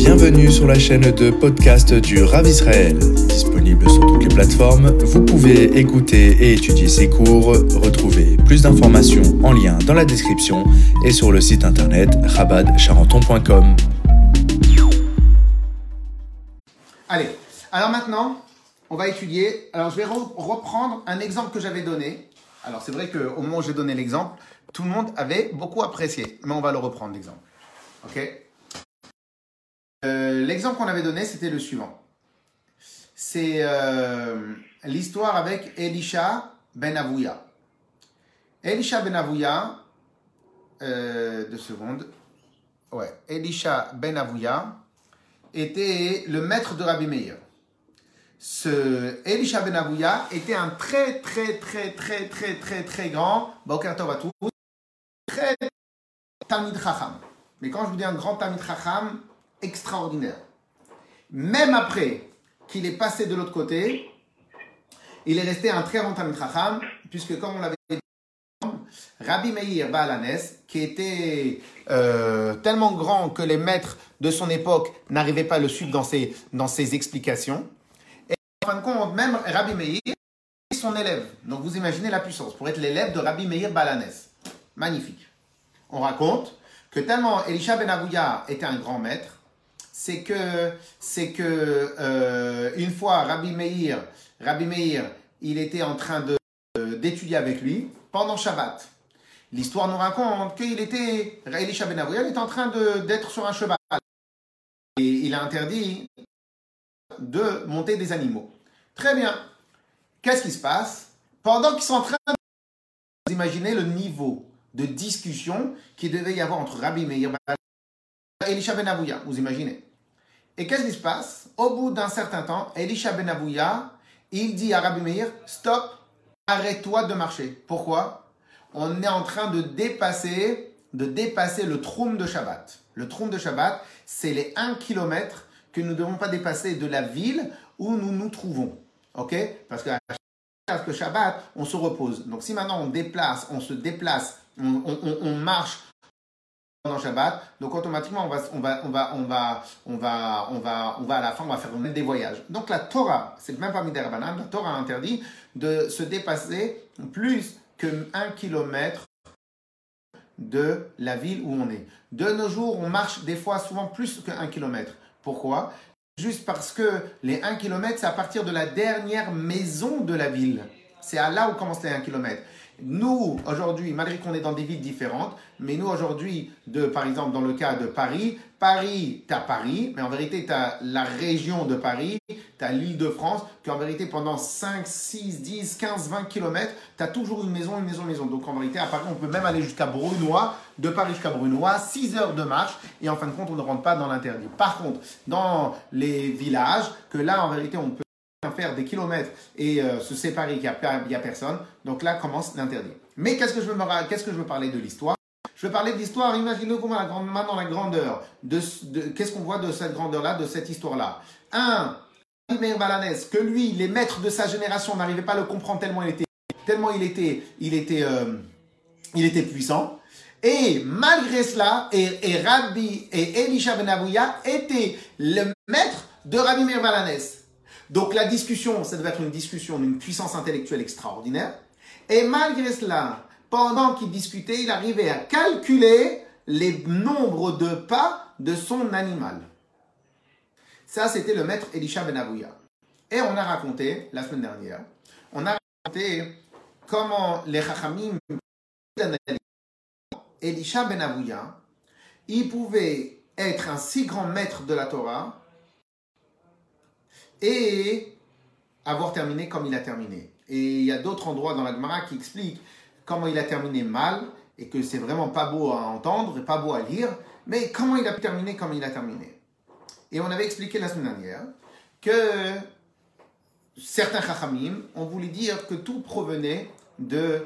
Bienvenue sur la chaîne de podcast du Rav Israël. Disponible sur toutes les plateformes, vous pouvez écouter et étudier ses cours. Retrouvez plus d'informations en lien dans la description et sur le site internet chabadcharenton.com. Allez, alors maintenant, on va étudier. Alors je vais reprendre un exemple que j'avais donné. Alors c'est vrai qu'au moment où j'ai donné l'exemple, tout le monde avait beaucoup apprécié, mais on va le reprendre l'exemple. Ok ? L'exemple qu'on avait donné, c'était le suivant. C'est l'histoire avec Elisha ben Avouya. Elisha ben Avouya, 2 secondes. Ouais, Elisha ben Avouya était le maître de Rabbi Meir. Ce Elisha ben Avouya était un très grand, Boker Tov à tous, très Talmid Chacham. Mais quand je vous dis un grand Talmid Chacham, extraordinaire. Même après qu'il est passé de l'autre côté, il est resté un très grand Talmid Chacham, puisque comme on l'avait dit, Rabbi Meir Baal Hanes, qui était tellement grand que les maîtres de son époque n'arrivaient pas à le suivre dans ses explications. Et en fin de compte, même Rabbi Meir est son élève. Donc vous imaginez la puissance, pour être l'élève de Rabbi Meir Baal Hanes. Magnifique. On raconte que tellement Elisha ben Avouya était un grand maître, c'est que une fois Rabbi Meir, il était en train d'étudier avec lui pendant Shabbat. L'histoire nous raconte Elisha ben Avouya était en train d'être sur un cheval. Et il a interdit de monter des animaux. Très bien. Qu'est-ce qui se passe? Pendant qu'ils sont en train de... Vous imaginez le niveau de discussion qu'il devait y avoir entre Rabbi Meir et Elisha ben Avouya. Vous imaginez? Et qu'est-ce qui se passe? Au bout d'un certain temps, Elisha ben Avouya, il dit à Rabbi Meir, stop, arrête-toi de marcher. Pourquoi? On est en train de dépasser le troum de Shabbat. Le troum de Shabbat, c'est les 1 km que nous ne devons pas dépasser de la ville où nous nous trouvons. Ok? Parce que Shabbat, on se repose. Donc si maintenant on se déplace, on marche pendant Shabbat, donc automatiquement on va à la fin, on va faire des voyages. Donc la Torah, c'est même pas Midei Rabbanan, la Torah interdit de se dépasser plus que 1 kilomètre de la ville où on est. De nos jours, on marche des fois souvent plus que 1 kilomètre. Pourquoi? Juste parce que les 1 km, c'est à partir de la dernière maison de la ville. C'est à là où commencent les 1 km. Nous, aujourd'hui, malgré qu'on est dans des villes différentes, mais nous, aujourd'hui, par exemple, dans le cas de Paris, tu as Paris, mais en vérité, tu as la région de Paris, tu as l'Île-de-France, qu'en vérité, pendant 5, 6, 10, 15, 20 km, tu as toujours une maison. Donc, en vérité, à Paris, on peut même aller jusqu'à Brunoy, de Paris jusqu'à Brunoy, 6 heures de marche, et en fin de compte, on ne rentre pas dans l'interdit. Par contre, dans les villages, que là, en vérité, on peut faire des kilomètres et se séparer, qu'il n'y a personne. Donc là commence l'interdit. Mais qu'est-ce que je veux parler de l'histoire? Je veux parler de l'histoire. Imaginez maintenant la grandeur qu'est-ce qu'on voit de cette grandeur-là, de cette histoire-là. Meir Baal Hanes, que lui, les maîtres de sa génération n'arrivaient pas à le comprendre tellement il était puissant. Et malgré cela, et Rabbi et Elisha ben Avouya étaient le maître de Rabbi Meir Baal Hanes. Donc la discussion, ça devait être une discussion d'une puissance intellectuelle extraordinaire. Et malgré cela, pendant qu'il discutait, il arrivait à calculer les nombres de pas de son animal. Ça, c'était le maître Elisha ben Avouya. Et on a raconté, la semaine dernière, comment les Chachamim, Elisha ben Avouya, il pouvait être un si grand maître de la Torah et avoir terminé comme il a terminé. Et il y a d'autres endroits dans la Gemara qui expliquent comment il a terminé mal et que c'est vraiment pas beau à entendre et pas beau à lire, mais comment il a terminé comme il a terminé. Et on avait expliqué la semaine dernière que certains Chachamim ont voulu dire que tout provenait de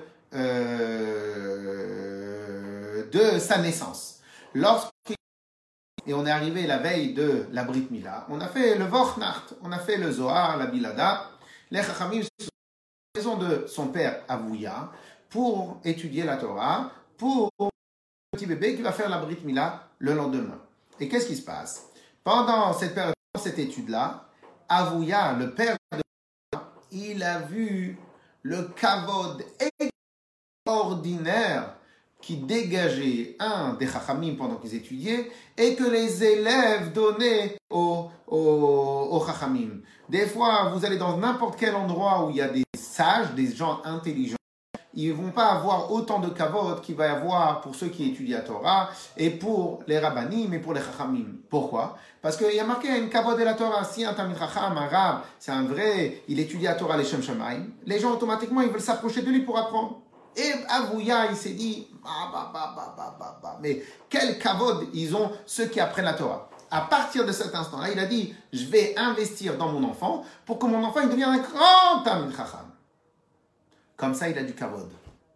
sa naissance. Et on est arrivé la veille de la Brit Mila, on a fait le Vornacht, on a fait le Zohar, la Bilada. Les Chachamim sont à la maison de son père Avouya pour étudier la Torah, pour le petit bébé qui va faire la Brit Mila le lendemain. Et qu'est-ce qui se passe? Pendant cette étude-là, Avouya, le père de il a vu le kavod extraordinaire qui dégageait un des chachamim pendant qu'ils étudiaient et que les élèves donnaient aux chachamim. Des fois, vous allez dans n'importe quel endroit où il y a des sages, des gens intelligents, ils ne vont pas avoir autant de kavod qu'il va y avoir pour ceux qui étudient la Torah et pour les rabbanim et pour les chachamim. Pourquoi? Parce qu'il y a marqué une kavod de la Torah. Si un tamid chacham, un rab, c'est un vrai, il étudie la Torah, les shem shamaim, les gens automatiquement ils veulent s'approcher de lui pour apprendre. Et Avouya, il s'est dit, mais quel kavod ils ont ceux qui apprennent la Torah. À partir de cet instant-là, il a dit, je vais investir dans mon enfant pour que mon enfant il devienne un grand tamid chacham. Comme ça, il a du kavod.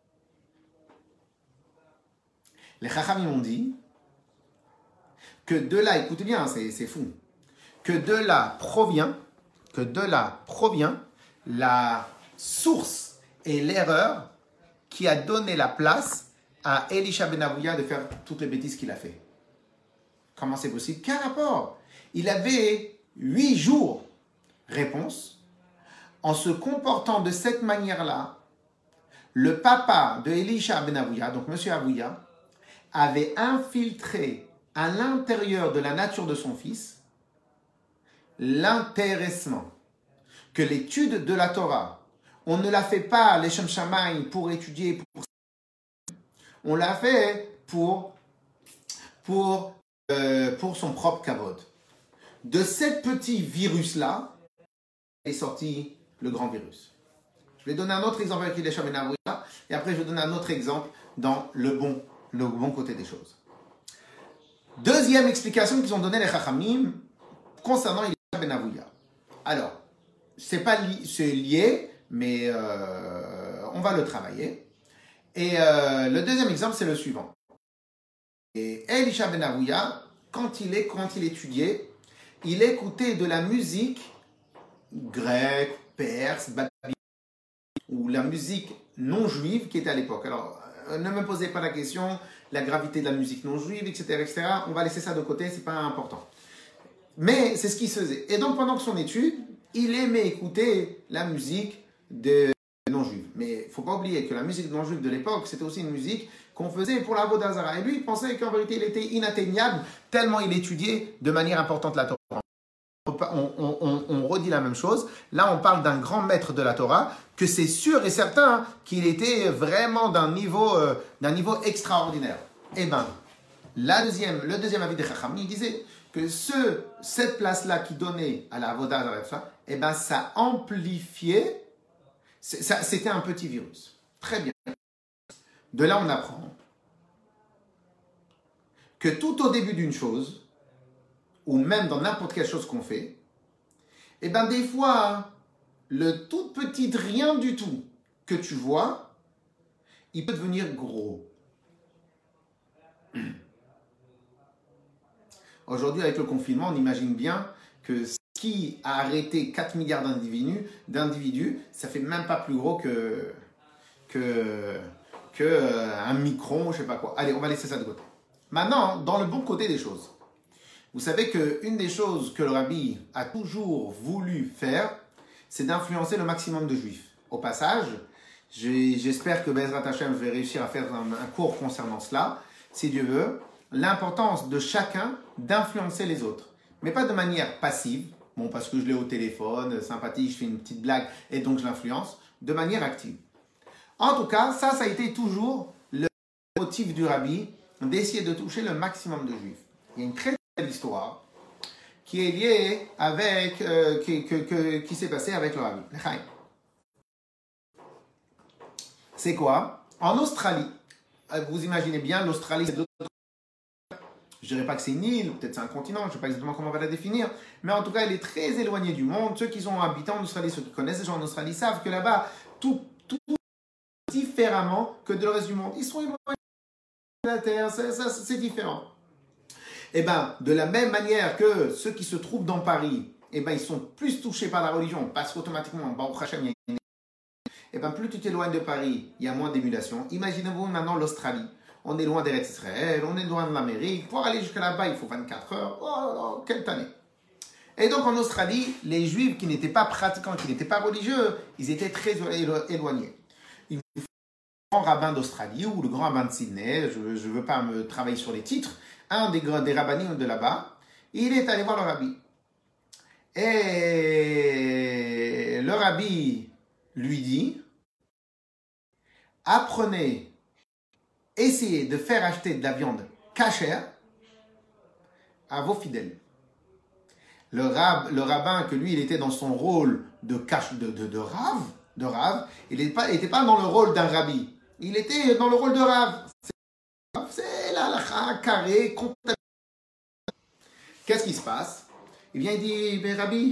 Les chachamim ont dit que de là, écoutez bien, c'est fou, que de là provient la source et l'erreur qui a donné la place à Elisha ben Avouya de faire toutes les bêtises qu'il a fait. Comment c'est possible? Quel rapport? Il avait 8 jours. Réponse, en se comportant de cette manière-là, le papa de Elisha ben Avouya, donc monsieur Avouya, avait infiltré à l'intérieur de la nature de son fils l'intéressement. Que l'étude de la Torah, on ne la fait pas les shem shamaim pour étudier, on l'a fait pour son propre kavod. De ce petit virus-là est sorti le grand virus. Je vais donner un autre exemple avec Elisha ben Avouya et après je vais donner un autre exemple dans le bon côté des choses. Deuxième explication qu'ils ont donnée les chachamim concernant Elisha ben Avouya. Alors, c'est lié, mais on va le travailler. Et le deuxième exemple, c'est le suivant. Et Elisha ben Avouya, quand il étudiait, il écoutait de la musique grecque, perse, babylonienne, ou la musique non juive qui était à l'époque. Alors, ne me posez pas la question, la gravité de la musique non juive, etc. On va laisser ça de côté, c'est pas important. Mais c'est ce qu'il se faisait. Et donc, pendant son étude, il aimait écouter la musique de non-juive. Mais il ne faut pas oublier que la musique non-juive de l'époque, c'était aussi une musique qu'on faisait pour la Avodah Zara. Et lui, il pensait qu'en vérité, il était inatteignable, tellement il étudiait de manière importante la Torah. On redit la même chose. Là, on parle d'un grand maître de la Torah, que c'est sûr et certain qu'il était vraiment d'un niveau extraordinaire. Eh bien, le deuxième avis des Chacham, il disait que cette place-là qui donnait à la Avodah Zarah, eh ben, ça amplifiait, c'était un petit virus. Très bien. De là, on apprend que tout au début d'une chose, ou même dans n'importe quelle chose qu'on fait, eh ben, des fois, le tout petit rien du tout que tu vois, il peut devenir gros. Aujourd'hui, avec le confinement, on imagine bien que ce qui a arrêté 4 milliards d'individus, ça fait même pas plus gros que un micron, je sais pas quoi. Allez, on va laisser ça de côté. Maintenant, dans le bon côté des choses, vous savez qu'une des choses que le rabbi a toujours voulu faire, c'est d'influencer le maximum de juifs. Au passage, j'espère que Bezrat Hashem, je vais réussir à faire un cours concernant cela, si Dieu veut. L'importance de chacun d'influencer les autres. Mais pas de manière passive, bon, parce que je l'ai au téléphone, sympathique, je fais une petite blague et donc je l'influence, de manière active. En tout cas, ça a été toujours le motif du rabbi, d'essayer de toucher le maximum de juifs. Il y a une très belle histoire qui est liée avec, qui s'est passée avec le rabbi. C'est quoi? En Australie, vous imaginez bien, l'Australie, c'est de l'autre. Je ne dirais pas que c'est une île, peut-être c'est un continent, je ne sais pas exactement comment on va la définir, mais en tout cas, elle est très éloignée du monde. Ceux qui sont habitants en Australie, ceux qui connaissent les gens en Australie, savent que là-bas, tout différemment que de le reste du monde. Ils sont éloignés de la Terre, c'est différent. Et bien, de la même manière que ceux qui se trouvent dans Paris, et ben, ils sont plus touchés par la religion, parce qu'automatiquement, Baruch Hashem, il y a une... Et bien, plus tu t'éloignes de Paris, il y a moins d'émulation. Imaginez-vous maintenant l'Australie, On est loin d'Eretz Israël, on est loin de l'Amérique. Pour aller jusqu'à là-bas, il faut 24 heures. Oh, quelle année. Et donc en Australie, les Juifs qui n'étaient pas pratiquants, qui n'étaient pas religieux, ils étaient très éloignés. Le grand rabbin d'Australie ou le grand rabbin de Sydney, je ne veux pas me travailler sur les titres, un des rabbinim de là-bas, il est allé voir le rabbi. Et le rabbi lui dit, apprenez, essayez de faire acheter de la viande cachère à vos fidèles. Le rabbin, que lui, il était dans son rôle de Rav, il n'était pas dans le rôle d'un rabbi. Il était dans le rôle de Rav. C'est l'halakha, carré, comptable. Qu'est-ce qui se passe? Eh bien, il dit, mais rabbi,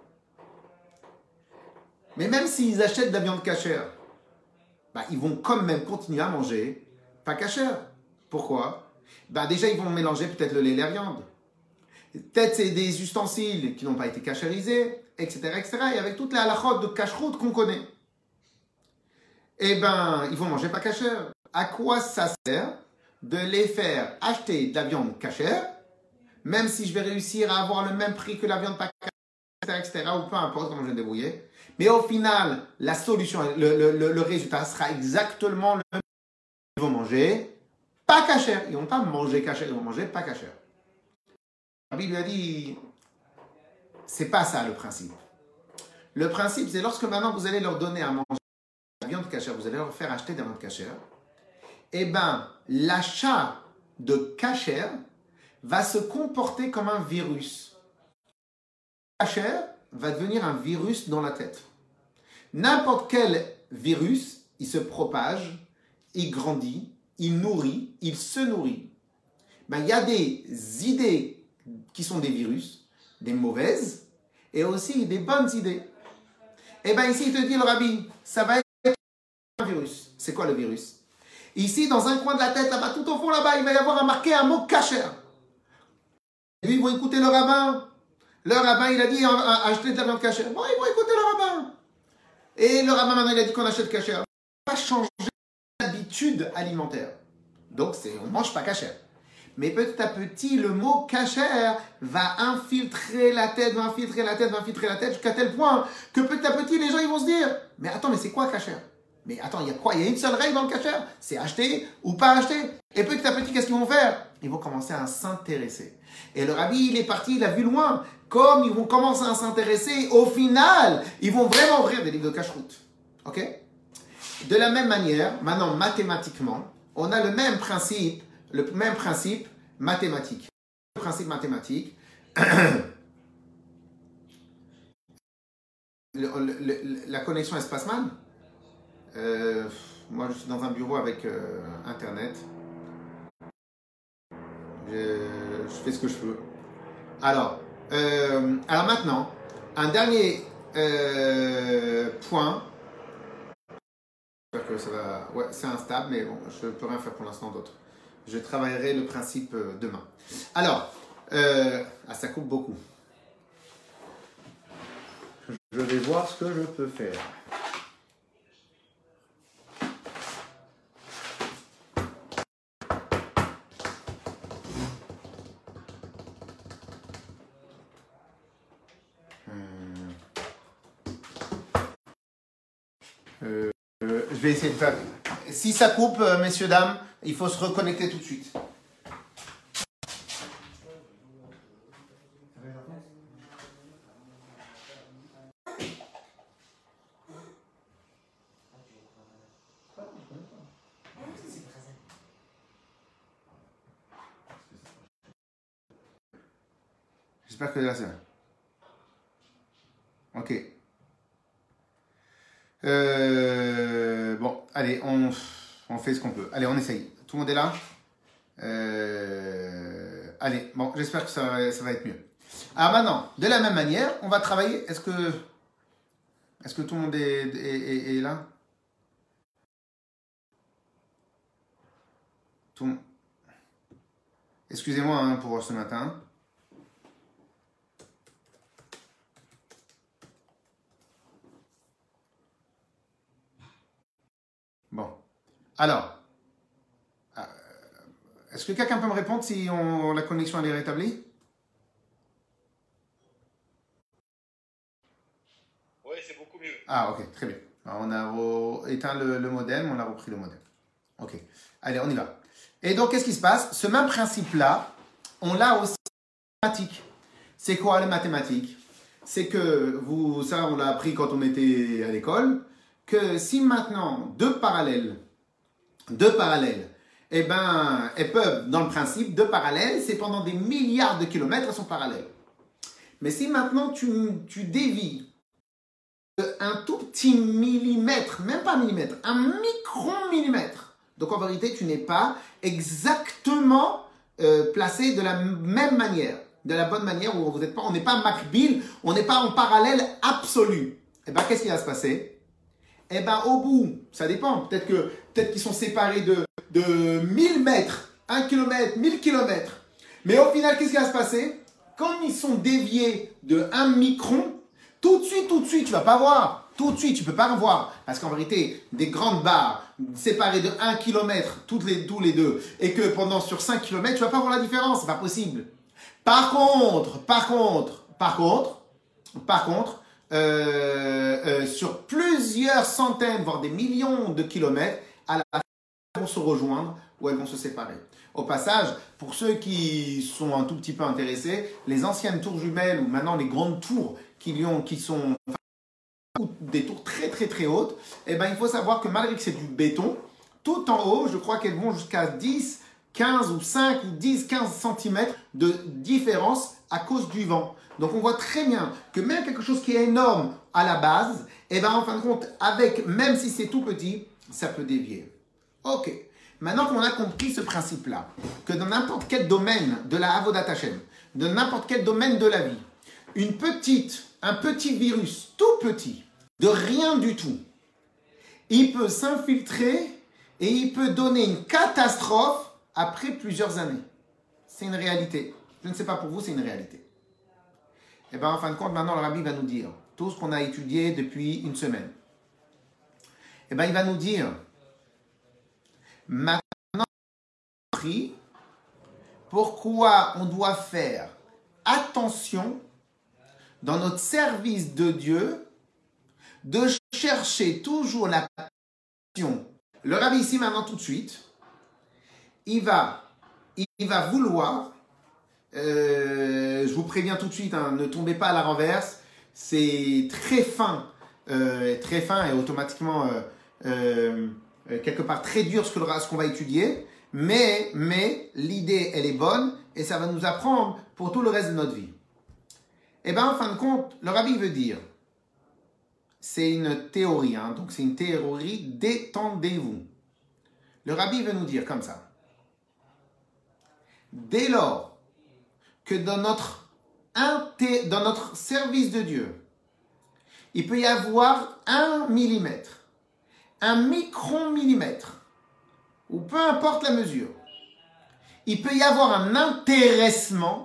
mais même s'ils achètent de la viande cachère, ils vont quand même continuer à manger pas cachère. Pourquoi? Déjà, ils vont mélanger peut-être le lait et la viande. Peut-être c'est des ustensiles qui n'ont pas été cachérisés, etc., etc. Et avec toute la halachot de cacheroute qu'on connaît. Ils vont manger pas cachère. À quoi ça sert de les faire acheter de la viande cachère, même si je vais réussir à avoir le même prix que la viande pas cachère, etc., ou peu importe comment je vais me débrouiller. Mais au final, la solution, le résultat sera exactement le même. Ils vont manger pas cachère. Ils ne vont pas manger cachère, ils vont manger pas cachère. Rabbi lui a dit, c'est pas ça le principe. Le principe, c'est lorsque maintenant vous allez leur donner à manger de la viande cachère, vous allez leur faire acheter de la viande cachère, l'achat de cachère va se comporter comme un virus. Cachère va devenir un virus dans la tête. N'importe quel virus, il se propage, il grandit, il nourrit, il se nourrit. Il y a des idées qui sont des virus, des mauvaises, et aussi des bonnes idées. Ici, il te dit, le rabbi, ça va être un virus. C'est quoi le virus? Ici, dans un coin de la tête, là-bas, tout au fond, là-bas, il va y avoir marqué un mot cachère. Et lui, ils vont écouter le rabbin. Le rabbin, il a dit, acheter de la viande cachère. Bon, ils vont écouter le rabbin. Et le rabbin, maintenant, il a dit qu'on achète cachère. On va changer l'habitude alimentaire. Donc, on ne mange pas cachère. Mais petit à petit, le mot cachère va infiltrer la tête, jusqu'à tel point que petit à petit, les gens ils vont se dire, mais attends, mais c'est quoi cachère? Mais attends, il y a quoi? Il y a une seule règle dans le cachère, c'est acheter ou pas acheter. Et petit à petit, qu'est-ce qu'ils vont faire? Ils vont commencer à s'intéresser. Et le rabbi, il est parti, il a vu loin. Comme ils vont commencer à s'intéresser, au final, ils vont vraiment ouvrir des livres de cacheroute. Ok? De la même manière, maintenant, mathématiquement, on a le même principe mathématique. Le principe mathématique, la connexion espace-man, moi je suis dans un bureau avec Internet. Je fais ce que je veux. Alors maintenant, un dernier point. J'espère que ça va. Ouais, c'est instable, mais bon, je ne peux rien faire pour l'instant d'autre. Je travaillerai le principe demain. Alors, ça coupe beaucoup. Je vais voir ce que je peux faire. Je vais essayer de faire. Si ça coupe, messieurs, dames, il faut se reconnecter tout de suite. J'espère que là c'est bon. Ok. Bon, allez, on fait ce qu'on peut. Allez, on essaye. Tout le monde est là? Allez, bon, j'espère que ça va être mieux. Alors maintenant, de la même manière, on va travailler. Est-ce que tout le monde est là? Excusez-moi pour ce matin. Bon, alors, Est-ce que quelqu'un peut me répondre si la connexion elle est rétablie? Oui, c'est beaucoup mieux. Ah, ok, très bien. Alors, on a éteint le modem, on a repris le modem. Ok, allez, on y va. Et donc, qu'est-ce qui se passe? Ce même principe-là, on l'a aussi en mathématiques. C'est quoi les mathématiques? C'est que, ça on l'a appris quand on était à l'école, que si maintenant deux parallèles, eh ben, elles peuvent, dans le principe, deux parallèles, c'est pendant des milliards de kilomètres, elles sont parallèles. Mais si maintenant tu dévies un tout petit millimètre, même pas millimètre, un micro-millimètre, donc en vérité, tu n'es pas exactement placé de la même manière, de la bonne manière où vous êtes pas, on n'est pas makbil, on n'est pas en parallèle absolu. Eh bien, qu'est-ce qui va se passer? Eh bien, au bout, ça dépend. Peut-être qu'ils sont séparés de 1000 mètres, 1 km, 1000 km. Mais au final, qu'est-ce qui va se passer? Quand ils sont déviés de 1 micron, tout de suite, tu vas pas voir. Tout de suite, tu peux pas voir. Parce qu'en vérité, des grandes barres séparées de 1 km, tous les deux, et que sur 5 km, tu vas pas voir la différence. C'est pas possible. Par contre, sur plusieurs centaines, voire des millions de kilomètres, à la fin, elles vont se rejoindre ou elles vont se séparer. Au passage, pour ceux qui sont un tout petit peu intéressés, les anciennes tours jumelles ou maintenant les grandes tours qui sont des tours très très très hautes, eh ben, il faut savoir que malgré que c'est du béton, tout en haut, je crois qu'elles vont jusqu'à 10, 15 ou 5 ou 10, 15 cm de différence à cause du vent. Donc on voit très bien que même quelque chose qui est énorme à la base, eh ben, en fin de compte, même si c'est tout petit, ça peut dévier. Ok. Maintenant qu'on a compris ce principe-là, que dans n'importe quel domaine de la Avodat Hashem, de n'importe quel domaine de la vie, un petit virus, tout petit, de rien du tout, il peut s'infiltrer et il peut donner une catastrophe après plusieurs années. C'est une réalité. Je ne sais pas pour vous, c'est une réalité. Et bien, en fin de compte, maintenant, le Rabbi va nous dire tout ce qu'on a étudié depuis une semaine. Et bien, il va nous dire maintenant, pourquoi on doit faire attention dans notre service de Dieu de chercher toujours la passion. Le Rabbi ici maintenant tout de suite, il va vouloir, je vous préviens tout de suite, hein, ne tombez pas à la renverse, c'est très fin et automatiquement quelque part très dur ce qu'on va étudier, mais l'idée elle est bonne et ça va nous apprendre pour tout le reste de notre vie. Et bien en fin de compte, le Rabbi veut dire, c'est une théorie, hein, donc c'est une théorie, détendez-vous. Le Rabbi veut nous dire comme ça. Dès lors que dans notre service de Dieu, il peut y avoir 1 millimètre, un micromillimètre, ou peu importe la mesure, il peut y avoir un intéressement.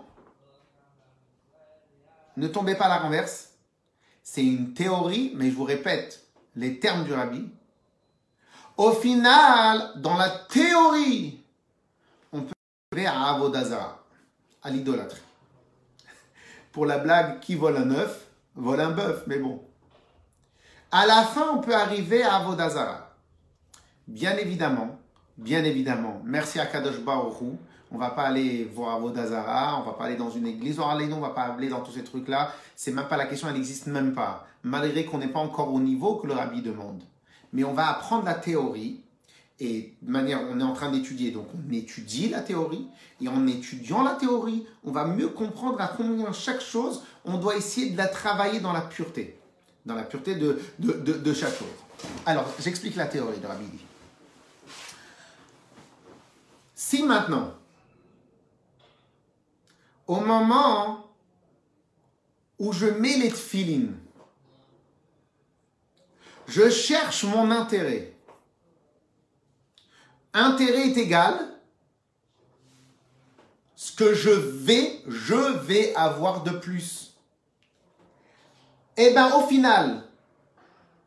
Ne tombez pas à la renverse. C'est une théorie, mais je vous répète les termes du Rabbi. Au final, dans la théorie, on peut arriver à Avodah Zara, à l'idolâtrie. Pour la blague, qui vole un œuf, vole un bœuf, mais bon. À la fin, on peut arriver à Avodah Zara. Bien évidemment, merci à Kadosh Baruch Hu, on ne va pas aller voir Avodah Zara, on ne va pas aller dans une église, on ne va pas aller dans tous ces trucs-là. C'est même pas la question, elle n'existe même pas. Malgré qu'on n'est pas encore au niveau que le Rabbi demande. Mais on va apprendre la théorie, et de manière, on est en train d'étudier, donc on étudie la théorie, et en étudiant la théorie, on va mieux comprendre à combien chaque chose, on doit essayer de la travailler dans la pureté. Dans la pureté de chaque chose. Alors, j'explique la théorie de Rabbi. Si maintenant, au moment où je mets les tefilines, je cherche mon intérêt. Intérêt est égal ce que je vais avoir de plus. Et bien au final,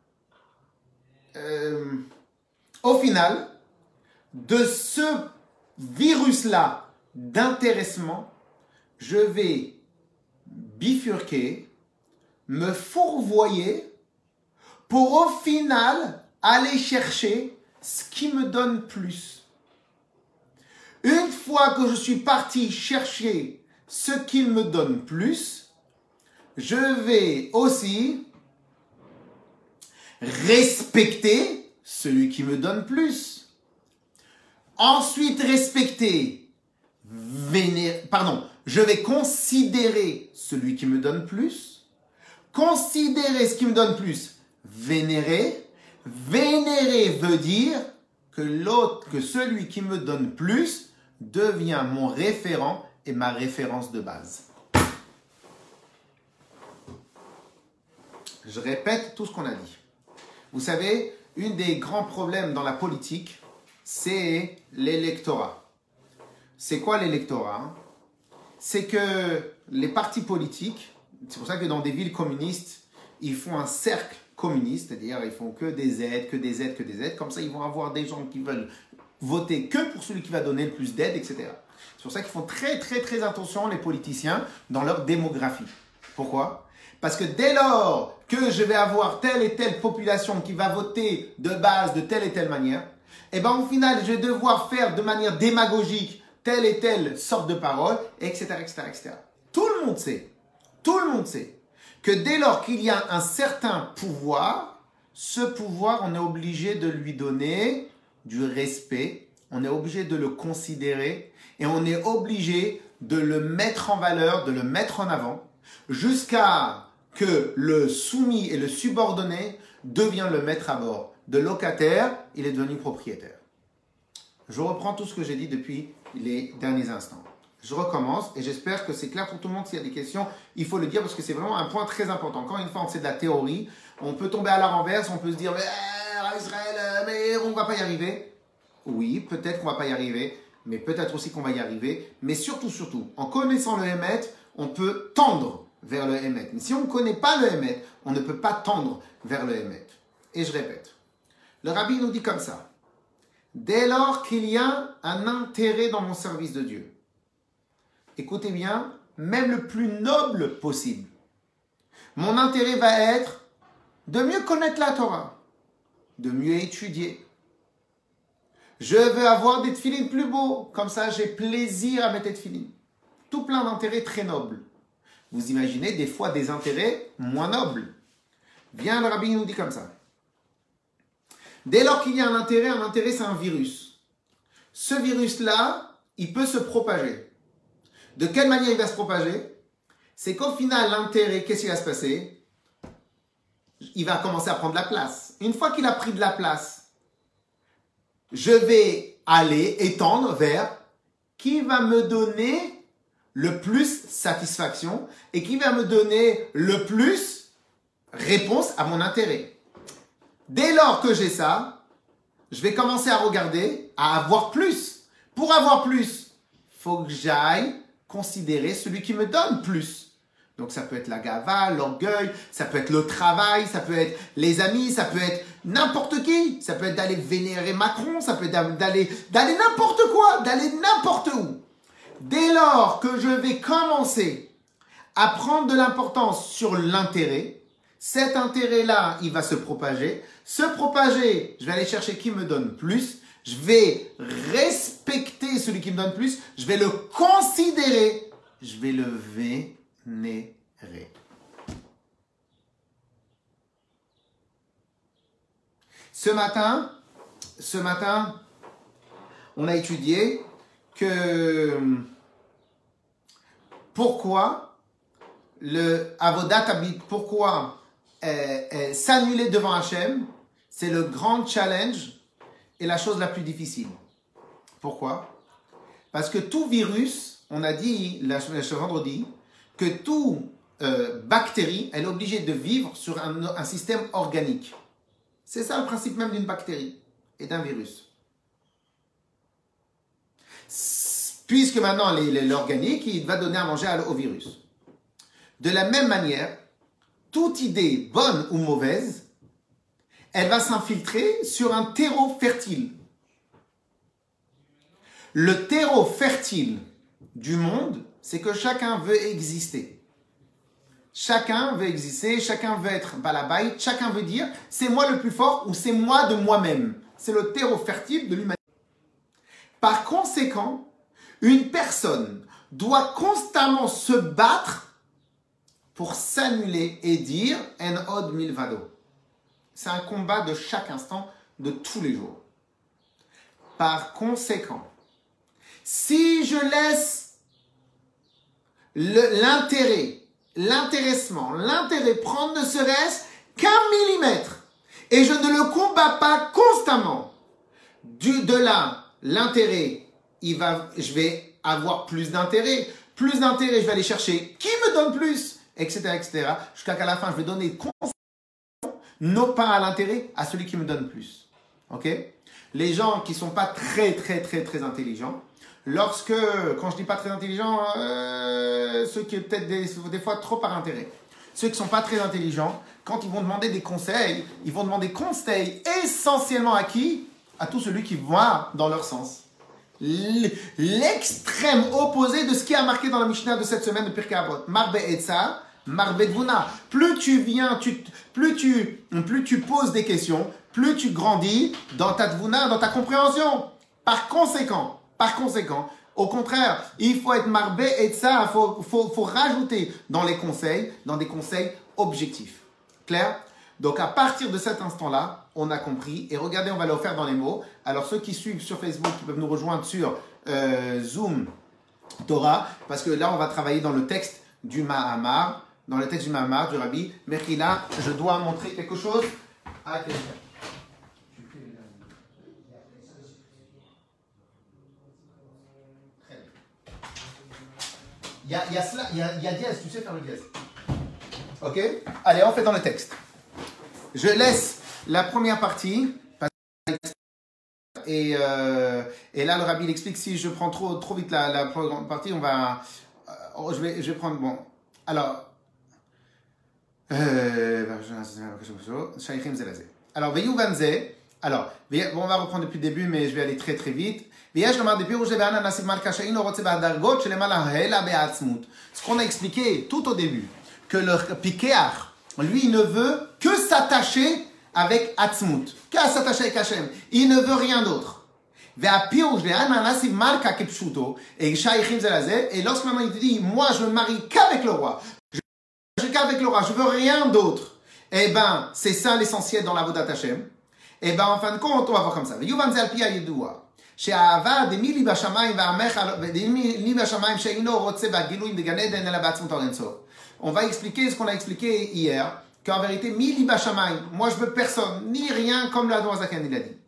de virus-là d'intéressement, je vais bifurquer, me fourvoyer pour au final aller chercher ce qui me donne plus. Une fois que je suis parti chercher ce qui me donne plus, je vais aussi respecter celui qui me donne plus. Ensuite, je vais considérer celui qui me donne plus. Considérer ce qui me donne plus, vénérer. Vénérer veut dire que celui qui me donne plus devient mon référent et ma référence de base. Je répète tout ce qu'on a dit. Vous savez, un des grands problèmes dans la politique, c'est l'électorat. C'est quoi l'électorat? C'est que les partis politiques, c'est pour ça que dans des villes communistes, ils font un cercle communiste, c'est-à-dire ils font que des aides, que des aides, que des aides. Comme ça, ils vont avoir des gens qui veulent voter que pour celui qui va donner le plus d'aides, etc. C'est pour ça qu'ils font très, très, très attention, les politiciens, dans leur démographie. Pourquoi? Parce que dès lors que je vais avoir telle et telle population qui va voter de base de telle et telle manière, et bien au final, je vais devoir faire de manière démagogique telle et telle sorte de parole, etc., etc., etc. Tout le monde sait que dès lors qu'il y a un certain pouvoir, ce pouvoir, on est obligé de lui donner du respect, on est obligé de le considérer et on est obligé de le mettre en valeur, de le mettre en avant, jusqu'à que le soumis et le subordonné deviennent le maître à bord. De locataire, il est devenu propriétaire. Je reprends tout ce que j'ai dit depuis les derniers instants. Je recommence et j'espère que c'est clair pour tout le monde. S'il y a des questions, il faut le dire parce que c'est vraiment un point très important. Encore une fois, c'est de la théorie. On peut tomber à la renverse, on peut se dire Israël, mais on ne va pas y arriver. Oui, peut-être qu'on ne va pas y arriver, mais peut-être aussi qu'on va y arriver. Mais surtout, en connaissant le Hémet, on peut tendre vers le Hémet. Mais si on ne connaît pas le Hémet, on ne peut pas tendre vers le Hémet. Et je répète, le Rabbi nous dit comme ça. Dès lors qu'il y a un intérêt dans mon service de Dieu, écoutez bien, même le plus noble possible, mon intérêt va être de mieux connaître la Torah, de mieux étudier. Je veux avoir des tefilines plus beaux, comme ça j'ai plaisir à mettre des tefilines. Tout plein d'intérêts très nobles. Vous imaginez des fois des intérêts moins nobles. Bien, le Rabbi nous dit comme ça. Dès lors qu'il y a un intérêt c'est un virus. Ce virus-là, il peut se propager. De quelle manière il va se propager? C'est qu'au final, l'intérêt, qu'est-ce qui va se passer? Il va commencer à prendre de la place. Une fois qu'il a pris de la place, je vais aller étendre vers qui va me donner le plus satisfaction et qui va me donner le plus réponse à mon intérêt. Dès lors que j'ai ça, je vais commencer à regarder, à avoir plus. Pour avoir plus, il faut que j'aille considérer celui qui me donne plus. Donc ça peut être la gava, l'orgueil, ça peut être le travail, ça peut être les amis, ça peut être n'importe qui. Ça peut être d'aller vénérer Macron, ça peut être d'aller n'importe quoi, d'aller n'importe où. Dès lors que je vais commencer à prendre de l'importance sur l'intérêt, cet intérêt-là, il va se propager. Se propager, je vais aller chercher qui me donne plus. Je vais respecter celui qui me donne plus. Je vais le considérer. Je vais le vénérer. Ce matin, on a étudié que pourquoi le avodat habit, pourquoi s'annuler devant Hachem, c'est le grand challenge et la chose la plus difficile. Pourquoi? Parce que tout virus, on a dit ce vendredi, que toute bactérie, elle est obligée de vivre sur un système organique. C'est ça le principe même d'une bactérie et d'un virus. Puisque maintenant l'organique, il va donner à manger au virus. De la même manière, toute idée bonne ou mauvaise, elle va s'infiltrer sur un terreau fertile. Le terreau fertile du monde, c'est que chacun veut exister. Chacun veut exister, chacun veut être balabait, chacun veut dire c'est moi le plus fort ou c'est moi de moi-même. C'est le terreau fertile de l'humanité. Par conséquent, une personne doit constamment se battre pour s'annuler et dire en od milvado. C'est un combat de chaque instant, de tous les jours. Par conséquent, si je laisse l'intérêt prendre ne serait-ce qu'1 millimètre et je ne le combats pas constamment, de là, l'intérêt, je vais avoir plus d'intérêt, je vais aller chercher qui me donne plus, etc., jusqu'à qu'à la fin, je vais donner non pas à l'intérêt, à celui qui me donne plus. Ok? Les gens qui ne sont pas très intelligents, quand je dis pas très intelligents, ceux qui peut-être des fois trop par intérêt, ceux qui ne sont pas très intelligents, quand ils vont demander des conseils, ils vont demander conseil essentiellement à qui? À tout celui qui va dans leur sens. L'extrême opposé de ce qui a marqué dans la Mishnah de cette semaine de Pirkei Avot. Marbe Etza, Marbe Dvuna. Plus tu poses des questions, plus tu grandis dans ta Dvuna, dans ta compréhension. Par conséquent, au contraire, il faut être Marbe Etza, il faut rajouter dans des conseils objectifs. Clair? Donc, à partir de cet instant-là, on a compris. Et regardez, on va le faire dans les mots. Alors, ceux qui suivent sur Facebook, ils peuvent nous rejoindre sur Zoom Torah. Parce que là, on va travailler dans le texte du Mahamar. Dans le texte du Mahamar, du Rabbi. Mechila, je dois montrer quelque chose à quelqu'un. Il y a dièse, tu sais faire le dièse. Ok? Allez, on fait dans le texte. Je laisse la première partie et là le Rabbi il explique si je prends trop vite la première partie, je vais prendre bon. Alors on va reprendre depuis le début mais je vais aller très vite. Ce qu'on a expliqué tout au début que le Pikeach lui, il ne veut que s'attacher avec Atzmut, qu'à s'attacher avec Hachem. Il ne veut rien d'autre. Et lorsque maintenant il te dit, moi je me marie qu'avec le roi, je veux rien d'autre. Eh ben, c'est ça l'essentiel dans la Vodat Hachem. Eh ben, en fin de compte, on va voir comme ça. On va expliquer ce qu'on a expliqué hier, qu'en vérité, mi liba shamayim, moi je veux personne, ni rien, comme l'Admor Zaken il a dit.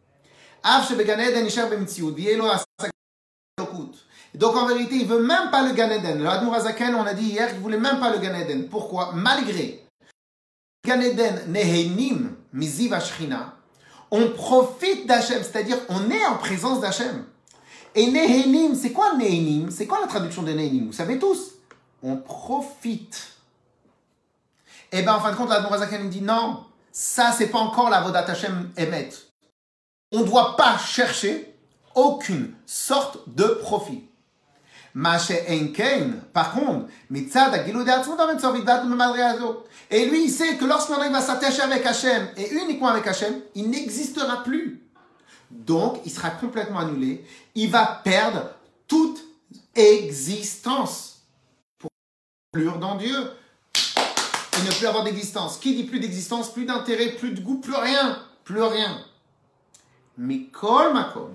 Donc en vérité, il ne veut même pas le Gan Eden. L'Admor Zaken, on a dit hier, il ne voulait même pas le Gan Eden. Pourquoi? Malgré Gan Eden nehenim miziv ashchina, on profite d'Hachem, c'est-à-dire on est en présence d'Hachem. Et nehenim, c'est quoi nehenim? C'est quoi la traduction de nehenim? Vous savez tous? On profite. Et bien, en fin de compte, l'Admor Zaken dit non, ça, c'est pas encore la Vodat Hachem Emet. On ne doit pas chercher aucune sorte de profit. Par contre, et lui, il sait que lorsqu'on va s'attacher avec Hachem et uniquement avec Hachem, il n'existera plus. Donc, il sera complètement annulé. Il va perdre toute existence. Pour plus dans Dieu. Et ne plus avoir d'existence. Qui dit plus d'existence, plus d'intérêt, plus de goût, plus rien. Plus rien. Mikol makom.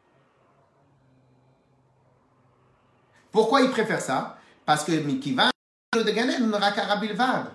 Pourquoi il préfère ça? Parce que Mikivan de Ganen ne rakara bilvad.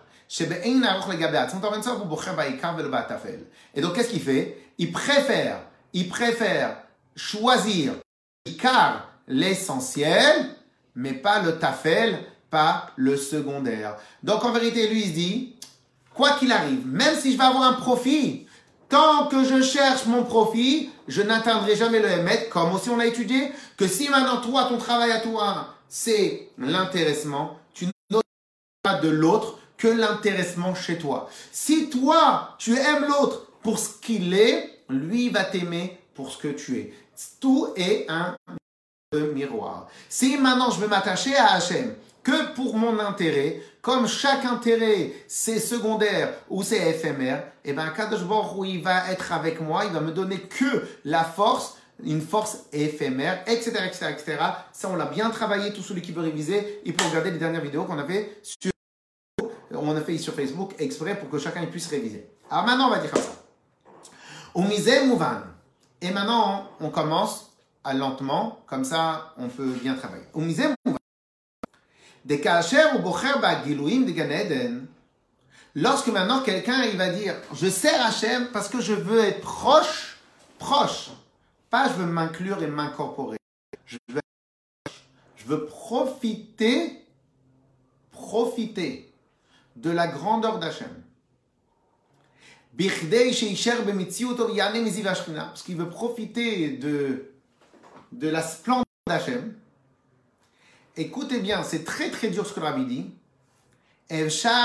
Et donc qu'est-ce qu'il fait? Il préfère choisir car l'essentiel, mais pas le tafel, pas le secondaire. Donc en vérité, lui, il se dit, quoi qu'il arrive, même si je vais avoir un profit, tant que je cherche mon profit, je n'atteindrai jamais le Hémet, comme aussi on a étudié, que si maintenant toi, ton travail à toi, c'est l'intéressement, tu n'auras pas de l'autre que l'intéressement chez toi. Si toi, tu aimes l'autre pour ce qu'il est, lui va t'aimer pour ce que tu es. Tout est un miroir. Si maintenant je veux m'attacher à Hachem que pour mon intérêt, comme chaque intérêt c'est secondaire ou c'est éphémère, et bien Kadosh Baruch Hu, il va être avec moi, il va me donner que la force, une force éphémère, etc., etc., etc. Ça, on l'a bien travaillé, tout celui qui veut réviser, il peut regarder les dernières vidéos qu'on a fait sur Facebook exprès pour que chacun puisse réviser. Alors maintenant, on va dire comme ça. Umize Mouvan. Et maintenant, on commence lentement, comme ça, on peut bien travailler. Umize Mouvan. Des kacher ou bocher ba'giluim de Gan Eden. Lorsque maintenant quelqu'un il va dire je sers Hachem parce que je veux être proche, pas je veux m'inclure et m'incorporer. Je veux profiter de la grandeur d'Hachem. Parce qu'il veut profiter de la splendeur d'Hachem. Écoutez bien, c'est très très dur ce que le Rabbi dit. Il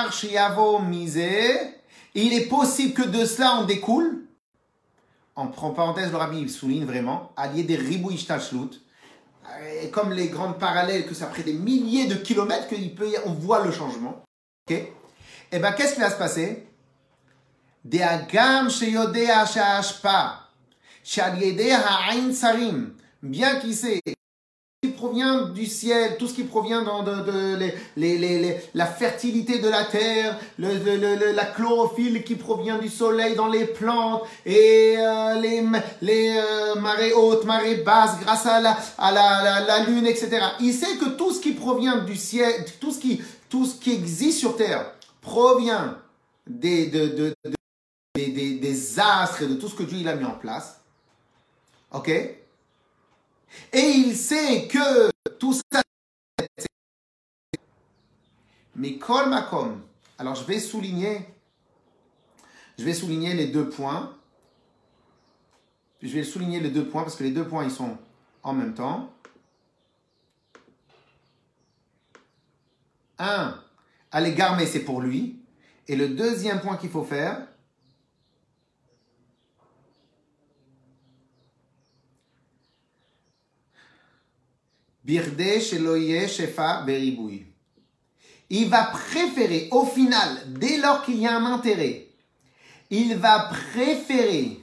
est possible que de cela on découle. En parenthèse, le Rabbi souligne vraiment, allié des ribou ishtashlut, comme les grandes parallèles que c'est après des milliers de kilomètres on voit le changement. Ok? Et bien, qu'est-ce qui va se passer? Des agam sheyodea shashpa, shaliedea ha'ain tsarim, bien qu'il sait qui provient du ciel, tout ce qui provient la fertilité de la terre, la chlorophylle qui provient du soleil dans les plantes et les marées hautes, marées basses grâce à la lune, etc. Il sait que tout ce qui provient du ciel, tout ce qui existe sur terre provient des astres et de tout ce que Dieu il a mis en place. Ok? Et il sait que tout ça, mais kol makom. Alors je vais souligner les deux points. Je vais souligner les deux points parce que les deux points ils sont en même temps. Un, à l'égard mais c'est pour lui. Et le deuxième point qu'il faut faire, Birde sheloye shefa beribouy. Il va préférer, au final, dès lors qu'il y a un intérêt, il va préférer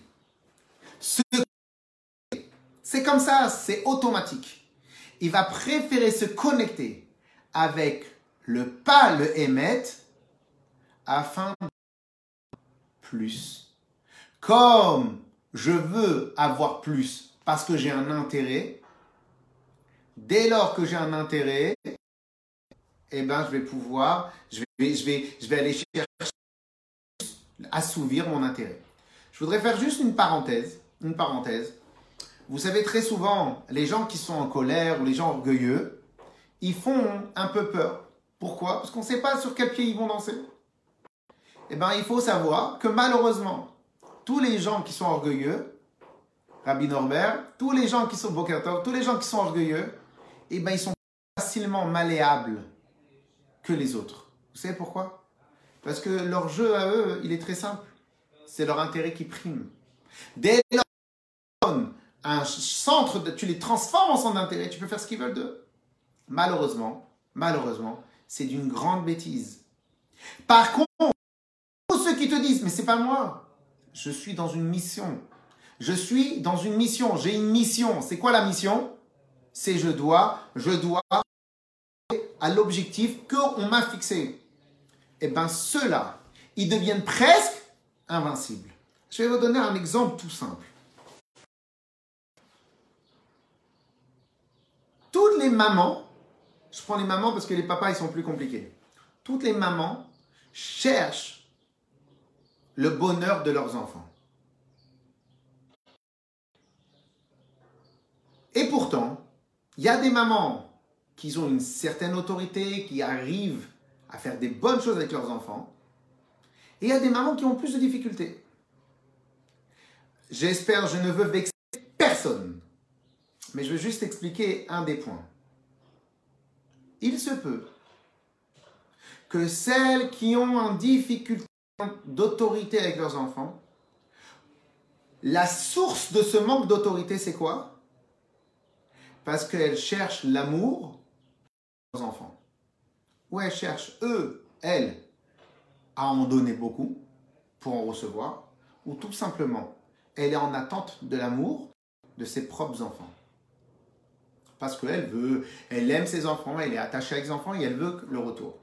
c'est comme ça, c'est automatique. Il va préférer se connecter avec le pas, le émet, afin de plus. Comme je veux avoir plus parce que j'ai un intérêt, dès lors que j'ai un intérêt, eh ben, je vais aller chercher assouvir mon intérêt. Je voudrais faire juste une parenthèse. Vous savez, très souvent, les gens qui sont en colère ou les gens orgueilleux, ils font un peu peur. Pourquoi? Parce qu'on ne sait pas sur quel pied ils vont danser. Eh ben, il faut savoir que malheureusement, tous les gens qui sont orgueilleux, Rabbi Norbert, tous les gens qui sont Bokertov, tous les gens qui sont orgueilleux, eh ben, ils sont facilement malléables que les autres. Vous savez pourquoi? Parce que leur jeu à eux, il est très simple. C'est leur intérêt qui prime. Dès lors que tu donnes un centre, tu les transformes en centre d'intérêt, tu peux faire ce qu'ils veulent d'eux. Malheureusement, c'est d'une grande bêtise. Par contre, tous ceux qui te disent, mais c'est pas moi, je suis dans une mission. J'ai une mission. C'est quoi la mission? C'est je dois à l'objectif qu'on m'a fixé. Eh bien, ceux-là, ils deviennent presque invincibles. Je vais vous donner un exemple tout simple. Toutes les mamans, je prends les mamans parce que les papas, ils sont plus compliqués. Toutes les mamans cherchent le bonheur de leurs enfants. Et pourtant, il y a des mamans qui ont une certaine autorité, qui arrivent à faire des bonnes choses avec leurs enfants. Et il y a des mamans qui ont plus de difficultés. J'espère, je ne veux vexer personne. Mais je veux juste expliquer un des points. Il se peut que celles qui ont une difficulté d'autorité avec leurs enfants, la source de ce manque d'autorité, c'est quoi? Parce qu'elles cherchent l'amour aux enfants. Ou elles cherchent, elles, à en donner beaucoup pour en recevoir. Ou tout simplement, elle est en attente de l'amour de ses propres enfants. Parce elle aime ses enfants, elle est attachée avec ses enfants et elle veut le retour.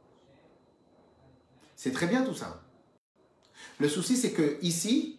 C'est très bien tout ça. Le souci, c'est que ici,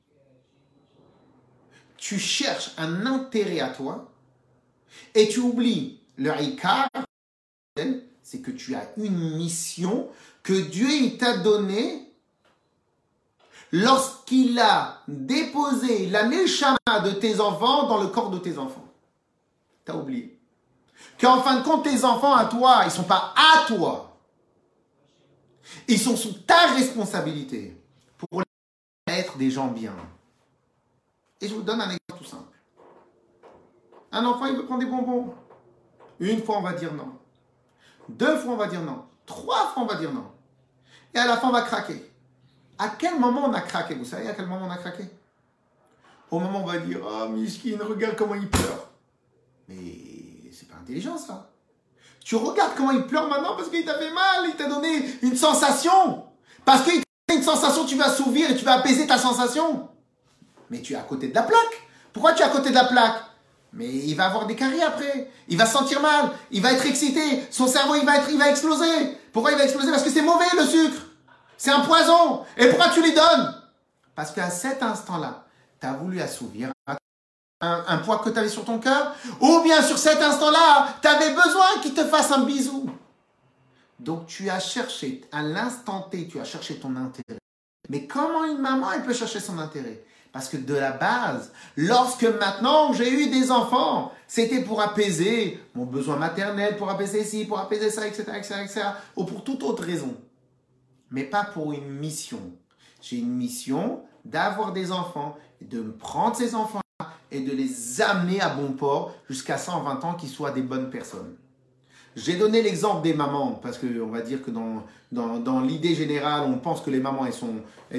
tu cherches un intérêt à toi et tu oublies le ikar, c'est que tu as une mission que Dieu il t'a donnée lorsqu'il a déposé la neshama de tes enfants dans le corps de tes enfants. Tu as oublié. Qu'en fin de compte, tes enfants à toi, ils ne sont pas à toi. Ils sont sous ta responsabilité pour être des gens bien. Et je vous donne un exemple tout simple. Un enfant, il veut prendre des bonbons. Une fois, on va dire non. 2 fois, on va dire non. 3 fois, on va dire non. Et à la fin, on va craquer. À quel moment on a craqué? Vous savez à quel moment on a craqué? Au moment où on va dire « Ah, Mishkin, regarde comment il pleure. » Mais c'est pas intelligent, ça. Tu regardes comment il pleure maintenant parce qu'il t'a fait mal, il t'a donné une sensation. Parce qu'il t'a donné une sensation, tu vas s'ouvrir et tu vas apaiser ta sensation. Mais tu es à côté de la plaque. Pourquoi tu es à côté de la plaque? Mais il va avoir des caries après. Il va se sentir mal. Il va être excité. Son cerveau, il va exploser. Pourquoi il va exploser? Parce que c'est mauvais, le sucre. C'est un poison. Et pourquoi tu lui donnes? Parce qu'à cet instant-là, tu as voulu assouvir un poids que tu avais sur ton cœur. Ou bien sur cet instant-là, tu avais besoin qu'il te fasse un bisou. Donc tu as cherché, à l'instant T, tu as cherché ton intérêt. Mais comment une maman, elle peut chercher son intérêt? Parce que de la base, lorsque maintenant j'ai eu des enfants, c'était pour apaiser mon besoin maternel, pour apaiser ci, pour apaiser ça, etc., etc., etc., ou pour toute autre raison. Mais pas pour une mission. J'ai une mission d'avoir des enfants, de me prendre ces enfants-là et de les amener à bon port jusqu'à 120 ans qu'ils soient des bonnes personnes. J'ai donné l'exemple des mamans, parce qu'on va dire que dans l'idée générale, on pense que les mamans, elles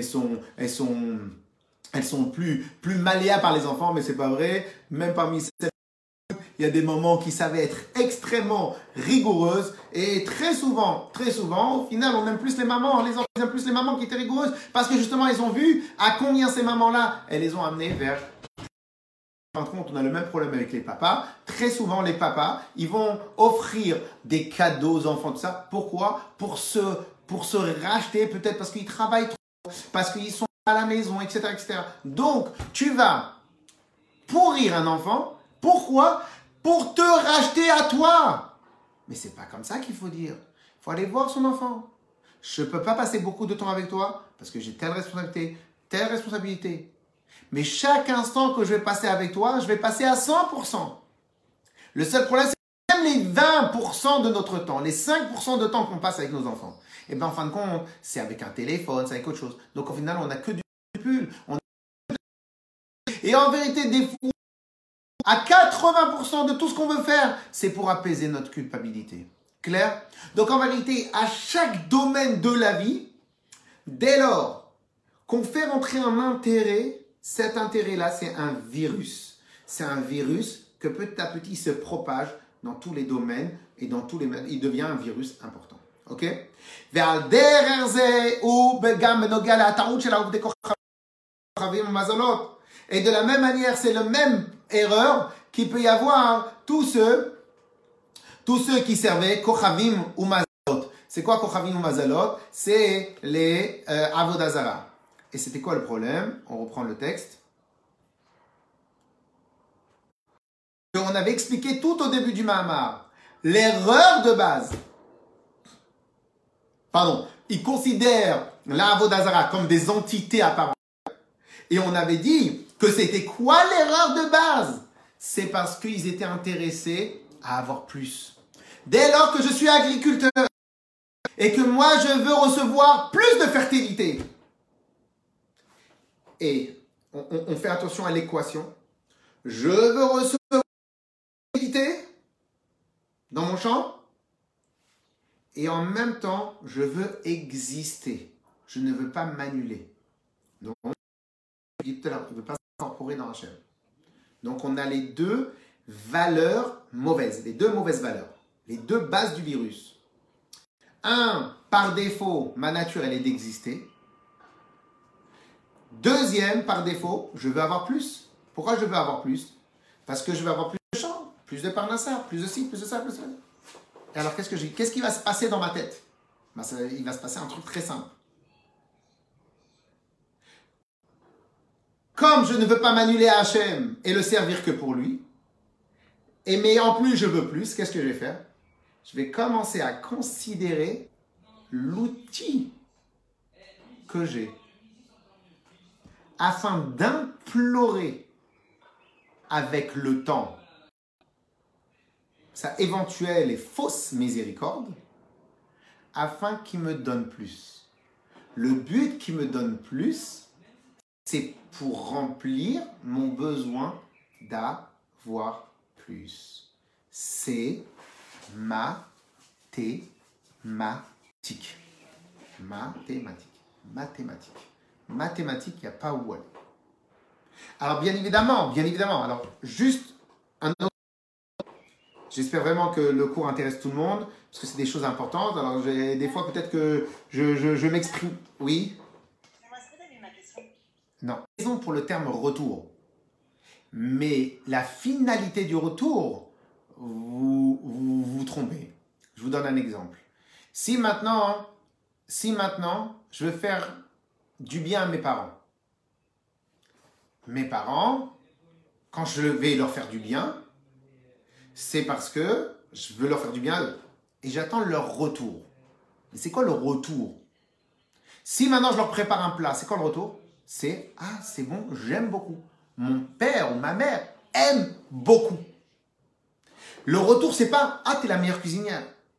sont plus malléables par les enfants, mais c'est pas vrai. Même parmi celles, il y a des mamans qui savaient être extrêmement rigoureuses. Et très souvent, au final, on aime plus les mamans. Les enfants aiment plus les mamans qui étaient rigoureuses. Parce que justement, ils ont vu à combien ces mamans-là, elles les ont amenées vers... En fin de compte, on a le même problème avec les papas. Très souvent, les papas, ils vont offrir des cadeaux aux enfants, tout ça. Pourquoi? Pour se racheter, peut-être parce qu'ils travaillent trop, parce qu'ils sont à la maison, etc., etc. Donc, tu vas pourrir un enfant. Pourquoi? Pour te racheter à toi. Mais c'est pas comme ça qu'il faut dire. Il faut aller voir son enfant. Je ne peux pas passer beaucoup de temps avec toi parce que j'ai telle responsabilité. Mais chaque instant que je vais passer avec toi, je vais passer à 100%. Le seul problème, c'est que même les 20% de notre temps, les 5% de temps qu'on passe avec nos enfants, et bien en fin de compte, c'est avec un téléphone, c'est avec autre chose. Donc au final, on n'a que du pull. Et en vérité, des fois, à 80% de tout ce qu'on veut faire, c'est pour apaiser notre culpabilité. Clair? Donc en vérité, à chaque domaine de la vie, dès lors qu'on fait rentrer un intérêt, cet intérêt-là, c'est un virus. C'est un virus que petit à petit se propage dans tous les domaines et dans tous les domaines. Il devient un virus important. Ok? Et de la même manière, c'est la même erreur qu'il peut y avoir tous ceux qui servaient Kochavim ou Mazalot. C'est quoi Kochavim ou Mazalot? C'est les Avodah Zarah. Et c'était quoi le problème? On reprend le texte. On avait expliqué tout au début du Mahamar. L'erreur de base. Pardon. Ils considèrent la Avodah Zarah comme des entités apparentes. Et on avait dit que c'était quoi l'erreur de base? C'est parce qu'ils étaient intéressés à avoir plus. Dès lors que je suis agriculteur et que moi je veux recevoir plus de fertilité, et on fait attention à l'équation, je veux recevoir de la fertilité dans mon champ et en même temps je veux exister. Je ne veux pas m'annuler. Donc, je dis tout à l'heure, je ne veux pas s'incorporer dans Hachem. Donc on a les deux valeurs mauvaises, les deux mauvaises valeurs, les deux bases du virus. Un, par défaut, ma nature, elle est d'exister. Deuxième, par défaut, je veux avoir plus. Pourquoi je veux avoir plus? Parce que je veux avoir plus de champs, plus de parnassa, plus de ci, plus de ça, plus de ça. Et alors, qu'est-ce qui va se passer dans ma tête? Il va se passer un truc très simple. Comme je ne veux pas m'annuler à Hachem et le servir que pour lui, mais en plus je veux plus, qu'est-ce que je vais faire? Je vais commencer à considérer l'outil que j'ai afin d'implorer avec le temps sa éventuelle et fausse miséricorde afin qu'il me donne plus. Le but qu'il me donne plus, c'est pour remplir mon besoin d'avoir plus. C'est mathématique. Mathématique, il n'y a pas où aller. Alors, bien évidemment, alors, juste un autre. J'espère vraiment que le cours intéresse tout le monde, parce que c'est des choses importantes. Alors, des fois, peut-être que je m'exprime. Oui? Non. Raison pour le terme retour. Mais la finalité du retour, vous trompez. Je vous donne un exemple. Si maintenant, je veux faire du bien à mes parents, quand je vais leur faire du bien, c'est parce que je veux leur faire du bien à eux. Et j'attends leur retour. Mais c'est quoi le retour? Si maintenant je leur prépare un plat, c'est quoi le retour? C'est « Ah, c'est bon, j'aime beaucoup. Mon père ou ma mère aime beaucoup. » Le retour, c'est pas « Ah, t'es la meilleure cuisinière. »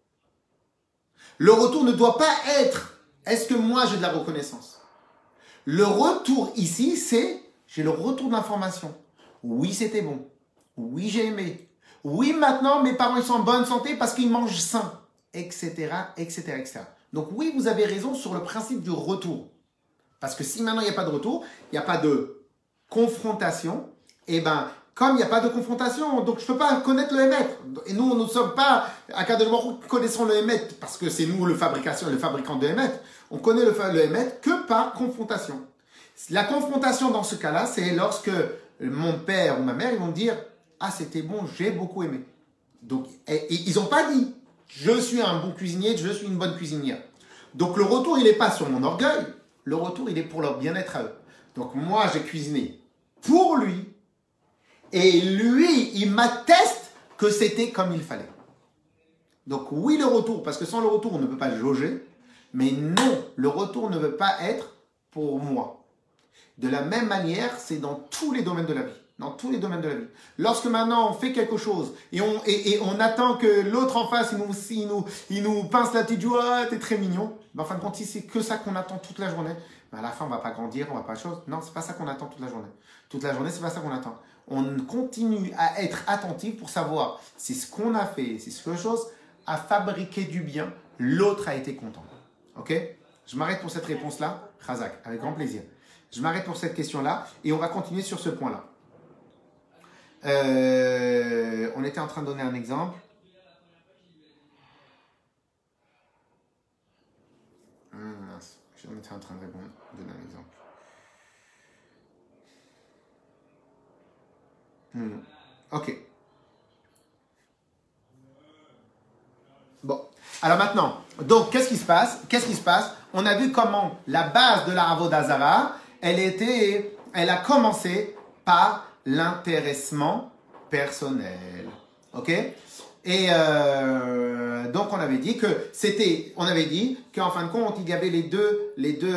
Le retour ne doit pas être « Est-ce que moi, j'ai de la reconnaissance ?» Le retour ici, c'est « J'ai le retour de l'information. Oui, c'était bon. Oui, j'ai aimé. Oui, maintenant, mes parents ils sont en bonne santé parce qu'ils mangent sain. » Etc., etc., etc. Donc oui, vous avez raison sur le principe du retour. Parce que si maintenant il n'y a pas de retour, il n'y a pas de confrontation, et bien, comme il n'y a pas de confrontation, donc je ne peux pas connaître le émettre. Et nous ne sommes pas, à Kadosh Baruch Hu, connaissons le émettre, parce que c'est nous le fabricant de émettre. On connaît le émettre que par confrontation. La confrontation dans ce cas-là, c'est lorsque mon père ou ma mère, ils vont dire « Ah, c'était bon, j'ai beaucoup aimé. » Donc, et ils n'ont pas dit « Je suis un bon cuisinier, je suis une bonne cuisinière. » Donc, le retour, il n'est pas sur mon orgueil. Le retour, il est pour leur bien-être à eux. Donc, moi, j'ai cuisiné pour lui. Et lui, il m'atteste que c'était comme il fallait. Donc, oui, le retour, parce que sans le retour, on ne peut pas jauger. Mais non, le retour ne veut pas être pour moi. De la même manière, c'est dans tous les domaines de la vie. Dans tous les domaines de la vie. Lorsque maintenant, on fait quelque chose et on attend que l'autre en face, il nous pince la petite joue, ah, t'es très mignon. Ben, en fin de compte, si c'est que ça qu'on attend toute la journée, ben, à la fin, on ne va pas grandir, on ne va pas chose. Non, c'est pas ça qu'on attend toute la journée. Toute la journée, c'est pas ça qu'on attend. On continue à être attentif pour savoir si ce qu'on a fait, si quelque chose a fabriqué du bien, l'autre a été content. Ok? Je m'arrête pour cette réponse-là. Khazak, avec grand plaisir. Je m'arrête pour cette question-là et on va continuer sur ce point-là. On était en train de donner un exemple. Mince, on était en train de donner un exemple. Ok. Bon. Alors maintenant, donc qu'est-ce qui se passe? On a vu comment la base de la Avodah Zara, elle a commencé par l'intéressement personnel. Ok? Et donc on avait dit qu'en fin de compte, il y avait les deux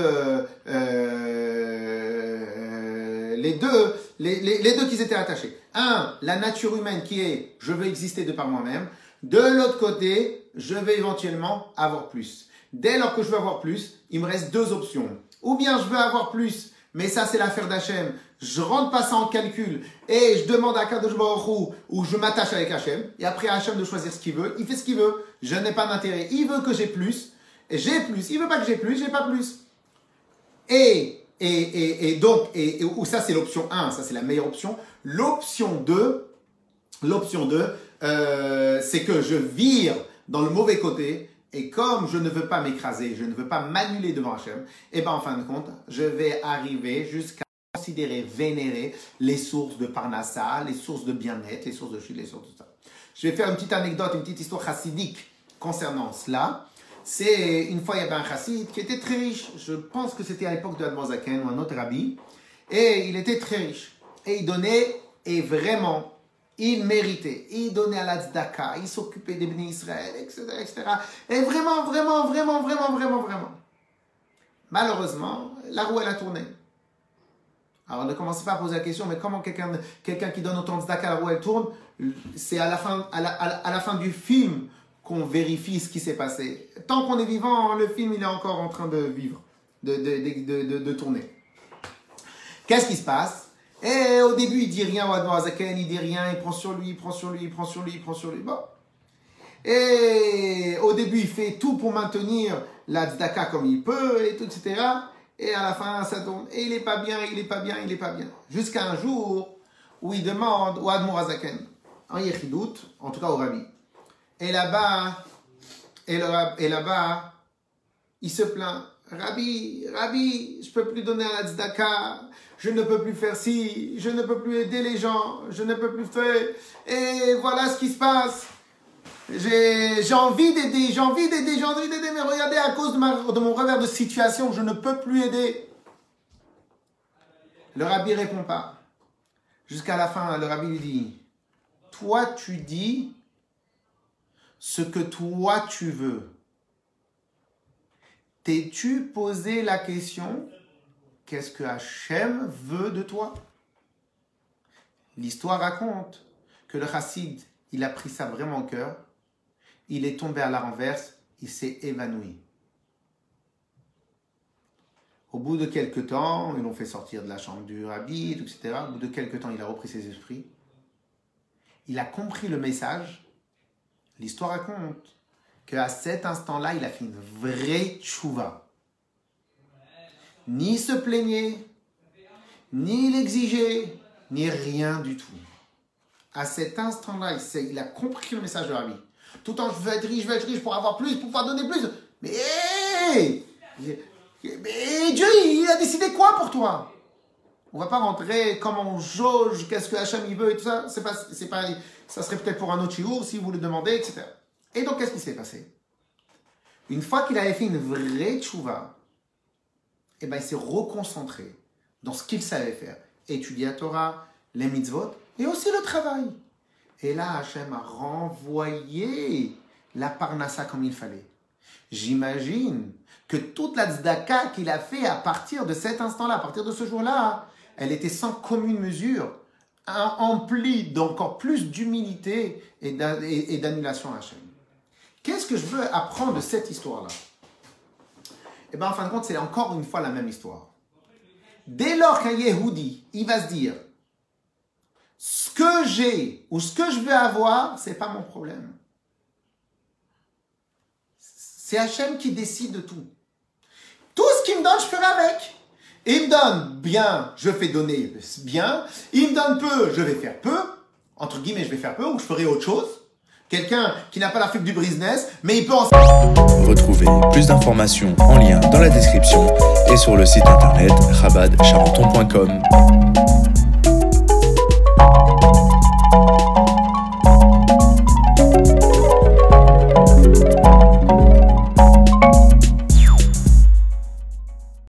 qui s'étaient attachés. Un, la nature humaine qui est je veux exister de par moi-même. De l'autre côté, je vais éventuellement avoir plus. Dès lors que je veux avoir plus, il me reste deux options. Ou bien je veux avoir plus, mais ça c'est l'affaire d'Hachem. Je rentre pas ça en calcul et je demande à Kadosh Baruch Hu ou je m'attache avec Hachem. Et après Hachem de choisir ce qu'il veut. Il fait ce qu'il veut. Je n'ai pas d'intérêt. Il veut que j'ai plus. Et j'ai plus. Il veut pas que j'ai plus. J'ai pas plus. Et donc, ça c'est l'option 1. Ça c'est la meilleure option. L'option 2, L'option 2, c'est que je vire dans le mauvais côté et comme je ne veux pas m'écraser, je ne veux pas m'annuler devant Hachem, et bien en fin de compte, je vais arriver jusqu'à considérer, vénérer les sources de Parnassa, les sources de bien-être, les sources de chute, les sources de tout ça. Je vais faire une petite anecdote, une petite histoire chassidique concernant cela. C'est une fois il y avait un chassid qui était très riche. Je pense que c'était à l'époque de Admor Zaken ou un autre rabbi. Et il était très riche. Et il donnait, et vraiment, il méritait. Il donnait à la tzedaka, il s'occupait des bénis Israël, etc., etc. Et vraiment. Malheureusement, la roue, elle a tourné. Alors ne commencez pas à poser la question, mais comment quelqu'un qui donne autant de tzedaka, la roue, elle tourne? C'est à la fin du film qu'on vérifie ce qui s'est passé. Tant qu'on est vivant, le film, il est encore en train de vivre, de tourner. Qu'est-ce qui se passe? Et au début, il dit rien au Admor Zaken, il dit rien, il prend sur lui. Bon. Et au début, il fait tout pour maintenir la tzedaka comme il peut, et tout, etc. Et à la fin, ça tourne. Et il est pas bien. Jusqu'à un jour où il demande au Admor Zaken, en Yechidout, en tout cas au Rabbi. Et là-bas, il se plaint. Rabbi, je peux plus donner à la tzedaka, je ne peux plus faire ci, je ne peux plus aider les gens, je ne peux plus faire. Et voilà ce qui se passe. J'ai envie d'aider, mais regardez, à cause de mon revers de situation, je ne peux plus aider. Le Rabbi répond pas. Jusqu'à la fin, le Rabbi lui dit, toi tu dis ce que toi tu veux. T'es-tu posé la question, qu'est-ce que Hachem veut de toi? L'histoire raconte que le chassid, il a pris ça vraiment au cœur, il est tombé à la renverse, il s'est évanoui. Au bout de quelques temps, ils l'ont fait sortir de la chambre du rabbi, etc. Au bout de quelques temps, il a repris ses esprits. Il a compris le message. L'histoire raconte qu'à cet instant-là, il a fait une vraie tchouva. Ni se plaignait, ni l'exigeait, ni rien du tout. À cet instant-là, il a compris le message de Rabbi. Tout le temps, je veux être riche pour avoir plus, pour pouvoir donner plus. Mais Dieu, il a décidé quoi pour toi? On ne va pas rentrer comment on jauge, qu'est-ce que Hachem il veut et tout ça. C'est pas, ça serait peut-être pour un autre chiour si vous le demandez, etc. Et donc, qu'est-ce qui s'est passé? Une fois qu'il avait fait une vraie tchouva, eh ben, il s'est reconcentré dans ce qu'il savait faire. Étudier la Torah, les mitzvot, et aussi le travail. Et là, Hachem a renvoyé la parnassa comme il fallait. J'imagine que toute la tzedaka qu'il a fait à partir de cet instant-là, à partir de ce jour-là, elle était sans commune mesure, emplie d'encore plus d'humilité et d'annulation à Hachem. Qu'est-ce que je veux apprendre de cette histoire-là? Eh bien, en fin de compte, c'est encore une fois la même histoire. Dès lors qu'un Yehudi, il va se dire, ce que j'ai ou ce que je veux avoir, c'est pas mon problème. C'est Hachem qui décide de tout. Tout ce qu'il me donne, je ferai avec. Il me donne bien, je fais donner bien. Il me donne peu, je vais faire peu. Entre guillemets, je vais faire peu ou je ferai autre chose. Quelqu'un qui n'a pas la fibre du business, mais il peut en... Retrouvez plus d'informations en lien dans la description et sur le site internet chabadcharenton.com.